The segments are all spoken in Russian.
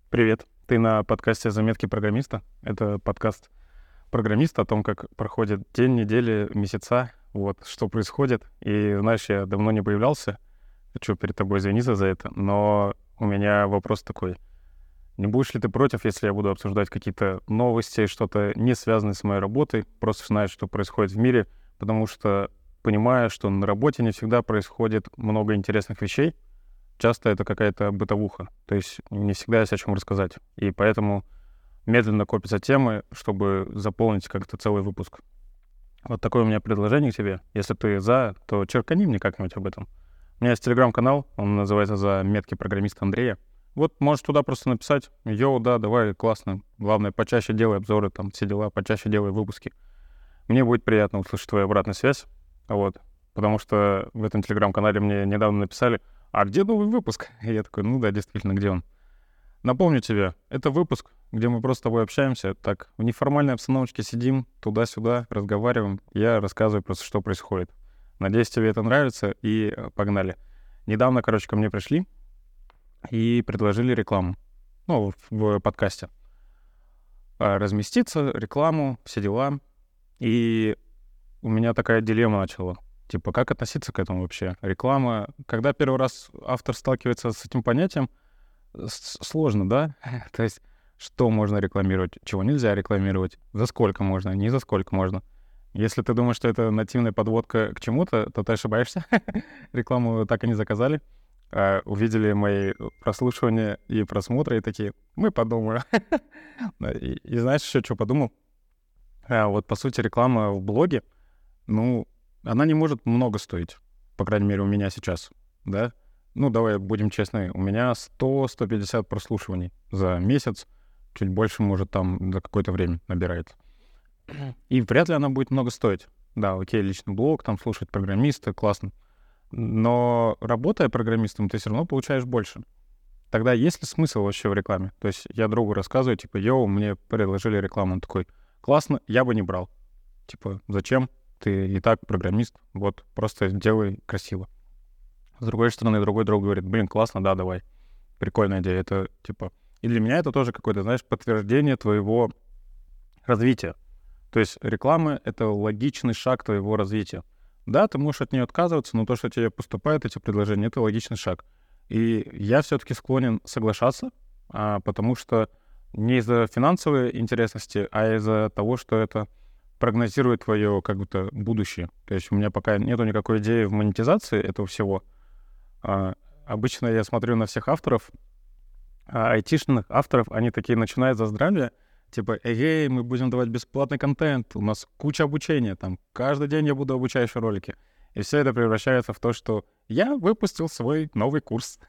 Привет. Ты на подкасте «Заметки программиста». Это подкаст программиста о том, как проходит день, недели, месяца, вот, что происходит. И, знаешь, я давно не появлялся, хочу перед тобой извиниться за это, но у меня вопрос такой. Не будешь ли ты против, если я буду обсуждать какие-то новости, что-то не связанное с моей работой, просто знать, что происходит в мире, потому что понимаю, что на работе не всегда происходит много интересных вещей, часто это какая-то бытовуха, то есть не всегда есть о чем рассказать. И поэтому медленно копятся темы, чтобы заполнить как-то целый выпуск. Вот такое у меня предложение к тебе. Если ты за, то черкани мне как-нибудь об этом. У меня есть телеграм-канал, он называется «Заметки программиста Андрея». Вот можешь туда просто написать: «Йоу, да, давай, классно. Главное, почаще делай обзоры, там, все дела, почаще делай выпуски». Мне будет приятно услышать твою обратную связь, вот. Потому что в этом телеграм-канале мне недавно написали: «А где новый выпуск?» И я такой: «Ну да, действительно, где он?» Напомню тебе, это выпуск, где мы просто с тобой общаемся, так, в неформальной обстановочке сидим, туда-сюда, разговариваем, я рассказываю просто, что происходит. Надеюсь, тебе это нравится, и погнали. Недавно, короче, ко мне пришли и предложили рекламу, ну, в подкасте. Разместиться, рекламу, все дела. И у меня такая дилемма начала. Типа, как относиться к этому вообще? Реклама, когда первый раз автор сталкивается с этим понятием, сложно, да? То есть, что можно рекламировать, чего нельзя рекламировать, за сколько можно, не за сколько можно. Если ты думаешь, что это нативная подводка к чему-то, то ты ошибаешься. Рекламу так и не заказали. Увидели мои прослушивания и просмотры и такие: мы подумаем. И знаешь еще, что подумал? Вот, по сути, реклама в блоге, ну, она не может много стоить, по крайней мере, у меня сейчас, да? Ну, давай будем честны, у меня 100-150 прослушиваний за месяц, чуть больше, может, там за какое-то время набирается. И вряд ли она будет много стоить. Да, окей, личный блог, там слушать программиста, классно. Но работая программистом, ты все равно получаешь больше. Тогда есть ли смысл вообще в рекламе? То есть я другу рассказываю, типа: «Йоу, мне предложили рекламу». Он такой: «Классно, я бы не брал». Типа, зачем? Ты и так программист, вот, просто делай красиво. С другой стороны, другой друг говорит: «Блин, классно, да, давай». Прикольная идея. Это, типа... И для меня это тоже какое-то, знаешь, подтверждение твоего развития. То есть реклама — это логичный шаг твоего развития. Да, ты можешь от нее отказываться, но то, что тебе поступают эти предложения, это логичный шаг. И я все-таки склонен соглашаться, потому что не из-за финансовой интересности, а из-за того, что это прогнозирует твое как будто будущее. То есть у меня пока нету никакой идеи в монетизации этого всего. Обычно я смотрю на всех авторов, айтишных авторов, они такие начинают за здравие, типа: «Эй, мы будем давать бесплатный контент, у нас куча обучения, там, каждый день я буду обучающие ролики». И все это превращается в то, что я выпустил свой новый курс.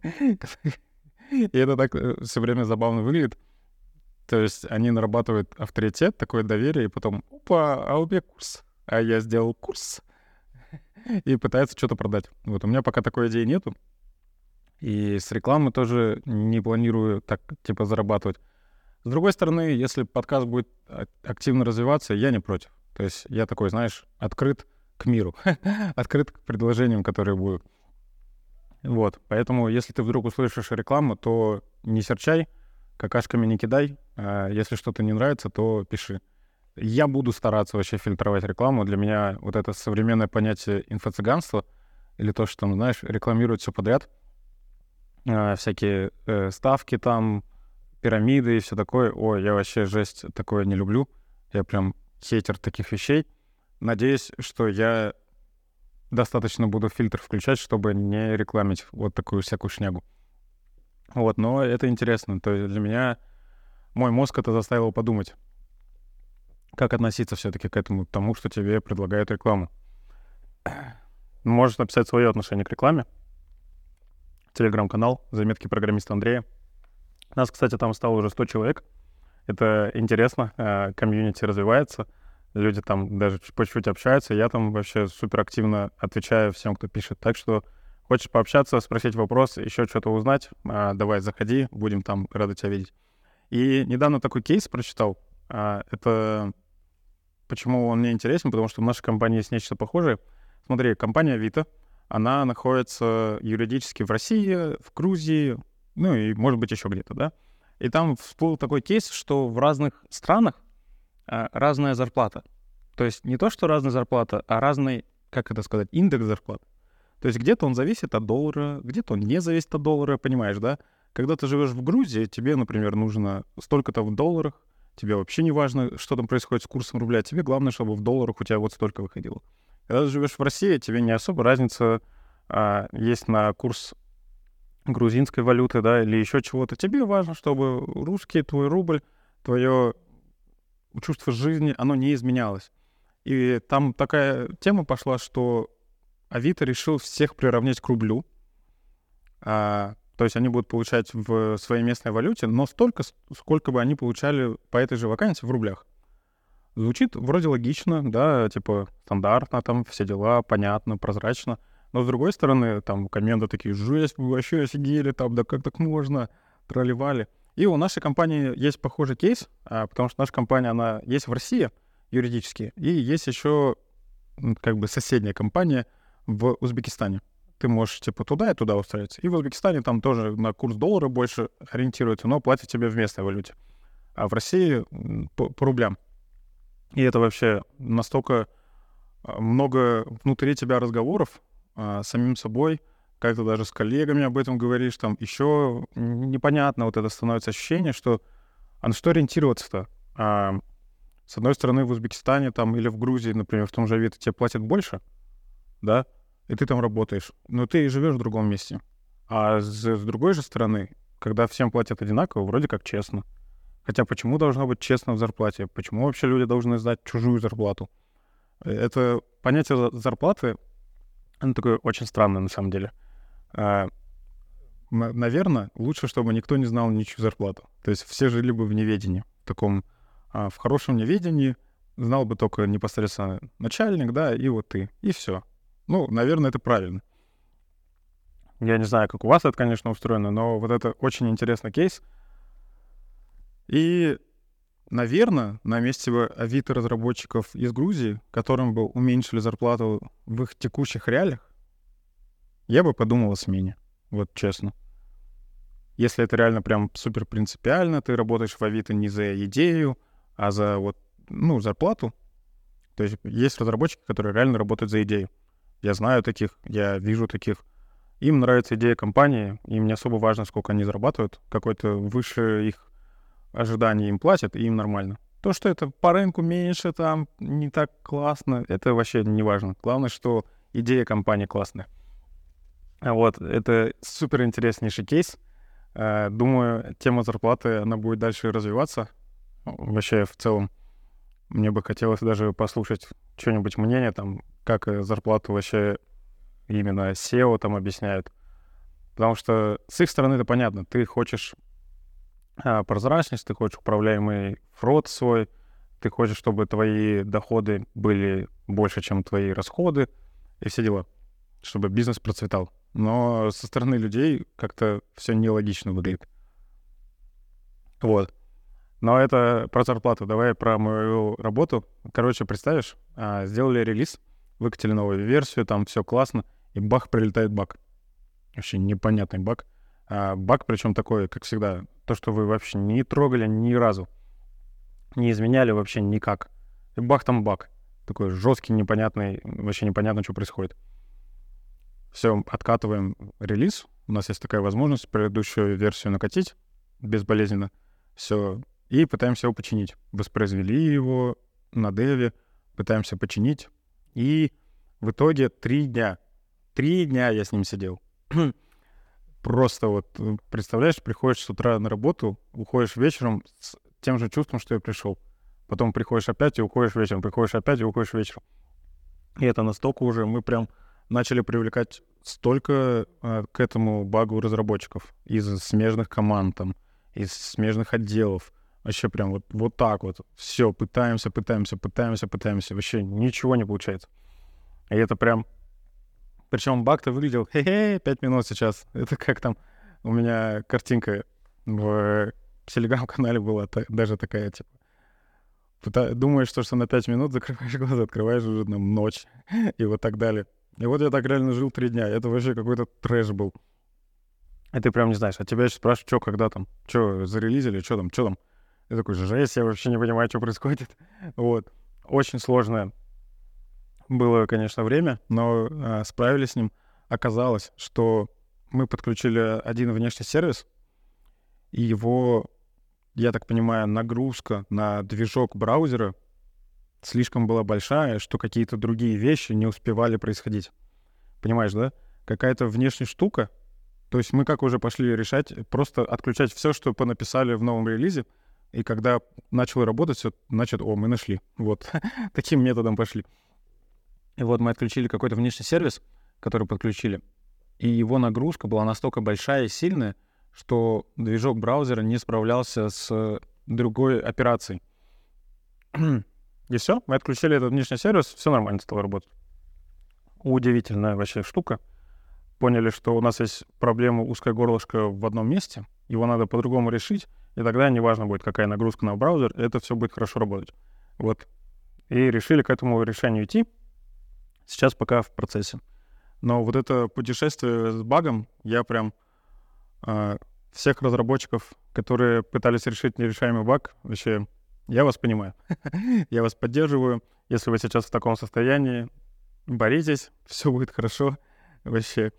И это так все время забавно выглядит. То есть они нарабатывают авторитет, такое доверие, и потом: опа, а у меня курс, а я сделал курс, и пытаются что-то продать. Вот у меня пока такой идеи нету. И с рекламы тоже не планирую так, типа, зарабатывать. С другой стороны, если подкаст будет активно развиваться, я не против. То есть я такой, знаешь, открыт к миру, открыт к предложениям, которые будут. Вот, поэтому если ты вдруг услышишь рекламу, то не серчай, какашками не кидай. Если что-то не нравится, то пиши. Я буду стараться вообще фильтровать рекламу. Для меня вот это современное понятие инфо-цыганства, или то, что, ну, знаешь, рекламируют все подряд, всякие ставки там, пирамиды и все такое. Ой, я вообще жесть такое не люблю. Я прям хейтер таких вещей. Надеюсь, что я достаточно буду фильтр включать, чтобы не рекламить вот такую всякую шнягу. Вот, но это интересно. То есть для меня мой мозг это заставил подумать, как относиться все-таки к этому, к тому, что тебе предлагают рекламу. Можешь написать свое отношение к рекламе. Телеграм-канал «Заметки программиста Андрея». Нас, кстати, там стало уже 100 человек. Это интересно, комьюнити развивается, люди там даже по чуть-чуть общаются. Я там вообще суперактивно отвечаю всем, кто пишет. Так что хочешь пообщаться, спросить вопрос, еще что-то узнать, давай, заходи, будем там рады тебя видеть. И недавно такой кейс прочитал. Это почему он мне интересен, потому что в нашей компании есть нечто похожее. Смотри, компания Авито, она находится юридически в России, в Грузии, ну и, может быть, еще где-то, да? И там всплыл такой кейс, что в разных странах разная зарплата. То есть не то, что разная зарплата, а разный, как это сказать, индекс зарплат. То есть где-то он зависит от доллара, где-то он не зависит от доллара, понимаешь, да? Когда ты живешь в Грузии, тебе, например, нужно столько-то в долларах, тебе вообще не важно, что там происходит с курсом рубля, тебе главное, чтобы в долларах у тебя вот столько выходило. Когда ты живешь в России, тебе не особо разница есть на курс грузинской валюты, да, или еще чего-то. Тебе важно, чтобы русский, твой рубль, твое чувство жизни, оно не изменялось. И там такая тема пошла, что Авито решил всех приравнять к рублю. То есть они будут получать в своей местной валюте, но столько, сколько бы они получали по этой же вакансии в рублях. Звучит вроде логично, да, типа стандартно, там все дела, понятно, прозрачно. Но с другой стороны, там комменты такие: жесть, вы вообще офигели, там, да как так можно, тролливали. И у нашей компании есть похожий кейс, потому что наша компания, она есть в России юридически, и есть еще как бы соседняя компания в Узбекистане. Ты можешь типа туда и туда устроиться. И в Узбекистане там тоже на курс доллара больше ориентируется, но платят тебе в местной валюте. А в России по рублям. И это вообще настолько много внутри тебя разговоров с самим собой, как ты даже с коллегами об этом говоришь, там еще непонятно вот это становится ощущение, что а на что ориентироваться-то? С одной стороны, в Узбекистане там или в Грузии, например, в том же Авито тебе платят больше, да, и ты там работаешь, но ты и живешь в другом месте. А с другой же стороны, когда всем платят одинаково, вроде как честно. Хотя почему должно быть честно в зарплате? Почему вообще люди должны знать чужую зарплату? Это понятие зарплаты, оно такое очень странное на самом деле. Наверное, лучше, чтобы никто не знал ничью зарплату. То есть все жили бы в неведении, в таком, в хорошем неведении, знал бы только непосредственно начальник, да, и вот ты, и все. Ну, наверное, это правильно. Я не знаю, как у вас это, конечно, устроено, но вот это очень интересный кейс. И, наверное, на месте Авито-разработчиков из Грузии, которым бы уменьшили зарплату в их текущих реалиях, я бы подумал о смене. Вот честно. Если это реально прям супер принципиально, ты работаешь в Авито не за идею, а за вот, ну, зарплату. То есть есть разработчики, которые реально работают за идею. Я знаю таких, я вижу таких. Им нравится идея компании, им не особо важно, сколько они зарабатывают. Какой-то выше их ожиданий им платят, и им нормально. То, что это по рынку меньше, там не так классно, это вообще не важно. Главное, что идея компании классная. Вот, это супер интереснейший кейс. Думаю, тема зарплаты, она будет дальше развиваться. Вообще, в целом, мне бы хотелось даже послушать что-нибудь мнение, там, как зарплату вообще именно SEO там объясняют. Потому что с их стороны это понятно. Ты хочешь прозрачность, ты хочешь управляемый фрод свой, ты хочешь, чтобы твои доходы были больше, чем твои расходы, и все дела, чтобы бизнес процветал. Но со стороны людей как-то все нелогично выглядит. Вот. Но это про зарплату. Давай про мою работу. Короче, представишь, сделали релиз, выкатили новую версию, там все классно, и бах, прилетает баг. Вообще непонятный баг. Баг, причем такой, как всегда, то, что вы вообще не трогали ни разу, не изменяли вообще никак. И бах, там баг. Такой жесткий, непонятный, вообще непонятно, что происходит. Все, откатываем релиз. У нас есть такая возможность предыдущую версию накатить безболезненно. Все. И пытаемся его починить. Воспроизвели его на деве, пытаемся починить. И в итоге 3 дня. 3 дня я с ним сидел. Просто вот, представляешь, приходишь с утра на работу, уходишь вечером с тем же чувством, что я пришел. Потом приходишь опять и уходишь вечером, приходишь опять и уходишь вечером. И это настолько уже мы прям начали привлекать столько к этому багу разработчиков из смежных команд, там, из смежных отделов. Вообще прям вот так вот. Все, пытаемся. Вообще ничего не получается. И это прям... Причем баг-то выглядел, 5 минут сейчас. Это как там у меня картинка в телеграм-канале была даже такая, типа, думаешь, что на 5 минут, закрываешь глаза, открываешь уже там ночь и вот так далее. И вот я так реально жил 3 дня. Это вообще какой-то трэш был. и ты прям не знаешь. А тебя еще спрашивают, что, когда там, что, зарелизили, что там, что там. И такой, жесть, я вообще не понимаю, что происходит. Вот. Очень сложное было, конечно, время, но справились с ним. Оказалось, что мы подключили один внешний сервис, и его, я так понимаю, нагрузка на движок браузера слишком была большая, что какие-то другие вещи не успевали происходить. Понимаешь, да? Какая-то внешняя штука. То есть мы как уже пошли решать, просто отключать все, что понаписали в новом релизе, и когда начало работать, все, значит, мы нашли. Вот. Таким методом пошли. И вот мы отключили какой-то внешний сервис, который подключили, и его нагрузка была настолько большая и сильная, что движок браузера не справлялся с другой операцией. И все, мы отключили этот внешний сервис, все нормально стало работать. Удивительная вообще штука. Поняли, что у нас есть проблема узкое горлышко в одном месте, его надо по-другому решить, и тогда неважно будет, какая нагрузка на браузер, это все будет хорошо работать. Вот. И решили к этому решению идти. Сейчас пока в процессе. Но вот это путешествие с багом, я прям всех разработчиков, которые пытались решить нерешаемый баг, вообще, я вас понимаю. Я вас поддерживаю. Если вы сейчас в таком состоянии, боритесь, все будет хорошо. Вообще,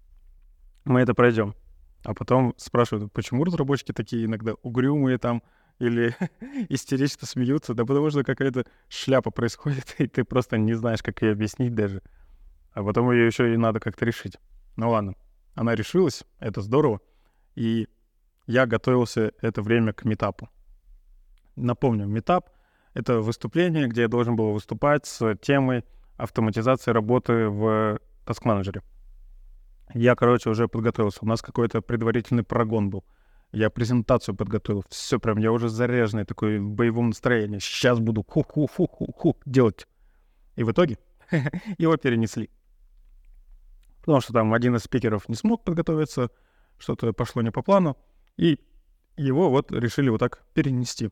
мы это пройдем. А потом спрашивают, почему разработчики такие иногда угрюмые там или истерично смеются? Да потому что какая-то шляпа происходит, и ты просто не знаешь, как ее объяснить даже. А потом ее еще и надо как-то решить. Ну ладно, она решилась, это здорово. И я готовился это время к митапу. Напомню, митап — это выступление, где я должен был выступать с темой автоматизации работы в таск-менеджере. Я, уже подготовился. У нас какой-то предварительный прогон был. Я презентацию подготовил. Все прям, я уже заряженный, такой в боевом настроении. Сейчас буду ху-ху-ху-ху-ху делать. И в итоге его перенесли. Потому что там один из спикеров не смог подготовиться, что-то пошло не по плану, и его вот решили вот так перенести.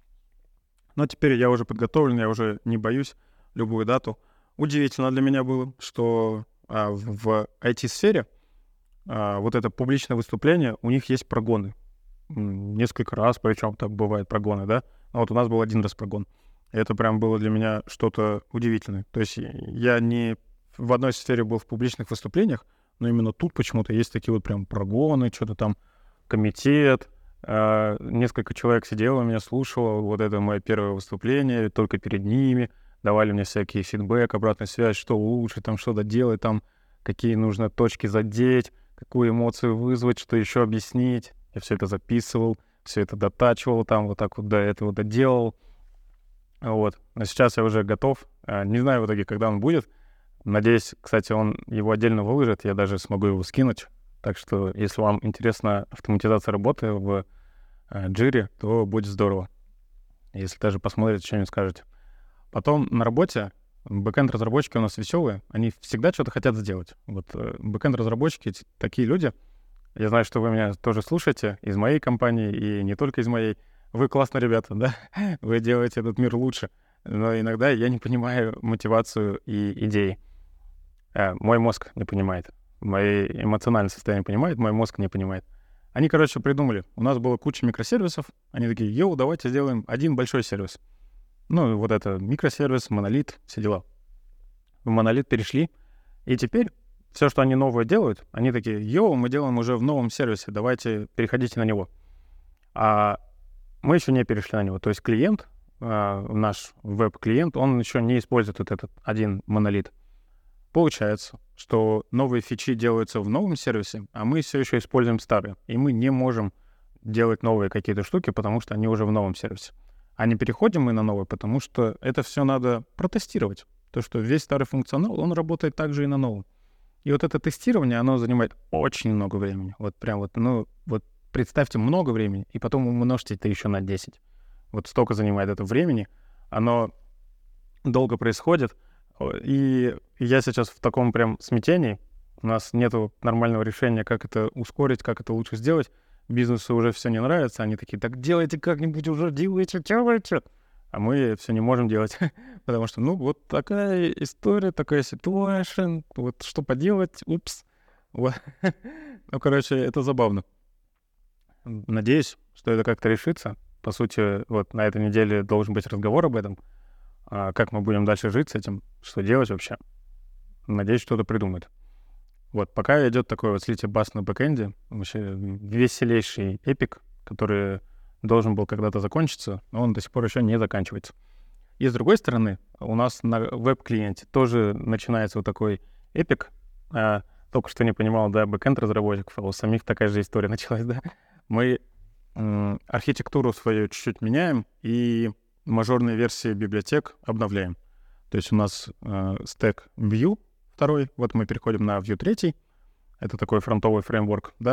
Но теперь я уже подготовлен, я уже не боюсь любую дату. Удивительно для меня было, что в IT-сфере вот это публичное выступление, у них есть прогоны. Несколько раз, причем так бывают прогоны, да? А вот у нас был один раз прогон. И это прям было для меня что-то удивительное. То есть я не в одной сфере был в публичных выступлениях, но именно тут почему-то есть такие вот прям прогоны, что-то там комитет, несколько человек сидело, меня слушало, вот это мое первое выступление, только перед ними, давали мне всякие фидбэк, обратную связь, что лучше, там что-то делать, там какие нужно точки задеть, какую эмоцию вызвать, что еще объяснить. Я все это записывал, все это дотачивал, там вот так вот до этого доделал. Вот. Но сейчас я уже готов. Не знаю в итоге, когда он будет. Надеюсь, кстати, он его отдельно выложит, я даже смогу его скинуть. Так что, если вам интересна автоматизация работы в Jira, то будет здорово. Если даже посмотрите, что-нибудь скажете. Потом на работе бэкэнд-разработчики у нас веселые, они всегда что-то хотят сделать. Вот бэкэнд-разработчики — такие люди. Я знаю, что вы меня тоже слушаете из моей компании и не только из моей. Вы классные ребята, да? Вы делаете этот мир лучше. Но иногда я не понимаю мотивацию и идеи. Мой мозг не понимает. Мое эмоциональное состояние понимает, мой мозг не понимает. Они, придумали. У нас было куча микросервисов. Они такие, давайте сделаем один большой сервис. Ну, вот это микросервис, монолит, все дела. В монолит перешли. И теперь все, что они новое делают, они такие, мы делаем уже в новом сервисе, давайте переходите на него. А мы еще не перешли на него. То есть клиент, наш веб-клиент, он еще не использует вот этот один монолит. Получается, что новые фичи делаются в новом сервисе, а мы все еще используем старые. И мы не можем делать новые какие-то штуки, потому что они уже в новом сервисе. А не переходим мы на новый, потому что это все надо протестировать. То, что весь старый функционал, он работает также и на новом. И вот это тестирование, оно занимает очень много времени. Вот прям вот, представьте, много времени, и потом умножьте это еще на 10. Вот столько занимает это времени. Оно долго происходит. И я сейчас в таком прям смятении. У нас нету нормального решения, как это ускорить, как это лучше сделать. Бизнесу уже все не нравится. Они такие, так делайте как-нибудь уже, делайте. А мы все не можем делать. Потому что, вот такая история, такая ситуация. Вот что поделать, упс. Вот. Ну, короче, это забавно. Надеюсь, что это как-то решится. По сути, вот на этой неделе должен быть разговор об этом. Как мы будем дальше жить с этим, что делать вообще. Надеюсь, что-то придумают. Вот, пока идет такой вот слитие бас на бэкэнде, вообще веселейший эпик, который должен был когда-то закончиться, но он до сих пор еще не заканчивается. И с другой стороны, у нас на веб-клиенте тоже начинается вот такой эпик. Только что не понимал, да, бэкэнд-разработчиков, а у самих такая же история началась, да. Мы архитектуру свою чуть-чуть меняем и мажорные версии библиотек обновляем. То есть у нас стек Vue 2, вот мы переходим на Vue 3, это такой фронтовый фреймворк, да.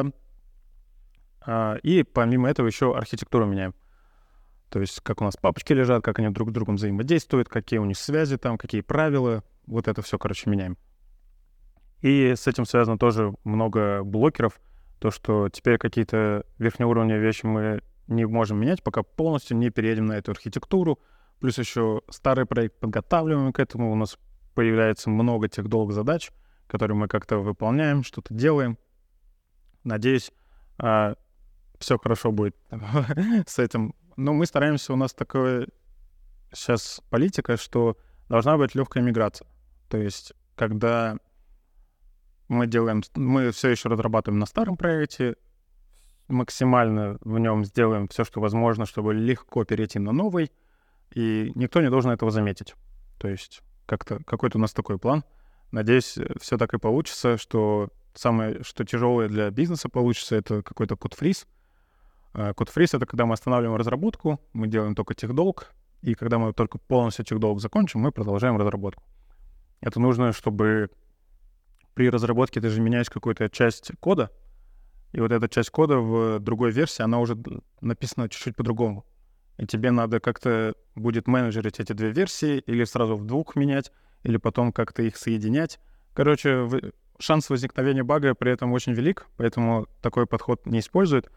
И помимо этого еще архитектуру меняем. То есть как у нас папочки лежат, как они друг с другом взаимодействуют, какие у них связи там, какие правила. Вот это все, короче, меняем. И с этим связано тоже много блокеров. То, что теперь какие-то верхнеуровневые вещи мы не можем менять, пока полностью не переедем на эту архитектуру. Плюс еще старый проект подготавливаем к этому. У нас появляется много тех долг задач, которые мы как-то выполняем, что-то делаем. Надеюсь, все хорошо будет с этим. Но мы стараемся, у нас такая сейчас политика, что должна быть легкая миграция. То есть, когда мы все еще разрабатываем на старом проекте, максимально в нем сделаем все, что возможно, чтобы легко перейти на новый, и никто не должен этого заметить. То есть как-то какой-то у нас такой план. Надеюсь, все так и получится, что самое, что тяжелое для бизнеса получится, это какой-то код-фриз. Код-фриз — это когда мы останавливаем разработку, мы делаем только техдолг, и когда мы только полностью техдолг закончим, мы продолжаем разработку. Это нужно, чтобы при разработке ты же меняешь какую-то часть кода, и вот эта часть кода в другой версии, она уже написана чуть-чуть по-другому. И тебе надо как-то будет менеджерить эти две версии, или сразу в двух менять, или потом как-то их соединять. Короче, шанс возникновения бага при этом очень велик, поэтому такой подход не используют.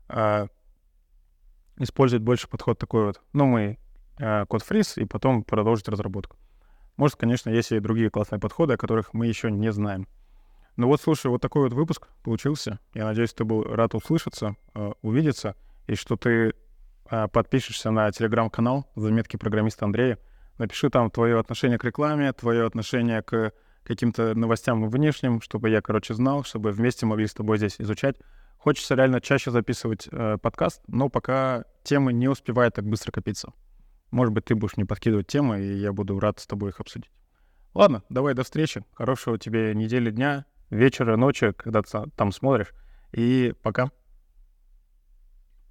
Использует больше подход такой вот. Мы код-фриз, и потом продолжить разработку. Может, конечно, есть и другие классные подходы, о которых мы еще не знаем. Ну вот, слушай, вот такой вот выпуск получился. Я надеюсь, ты был рад услышаться, увидеться, и что ты подпишешься на телеграм-канал «Заметки программиста Андрея». Напиши там твое отношение к рекламе, твое отношение к каким-то новостям внешним, чтобы я, знал, чтобы вместе могли с тобой здесь изучать. Хочется реально чаще записывать подкаст, но пока темы не успевают так быстро копиться. Может быть, ты будешь мне подкидывать темы, и я буду рад с тобой их обсудить. Ладно, давай до встречи. Хорошего тебе недели, дня, вечера, ночи, когда ты там смотришь. И пока.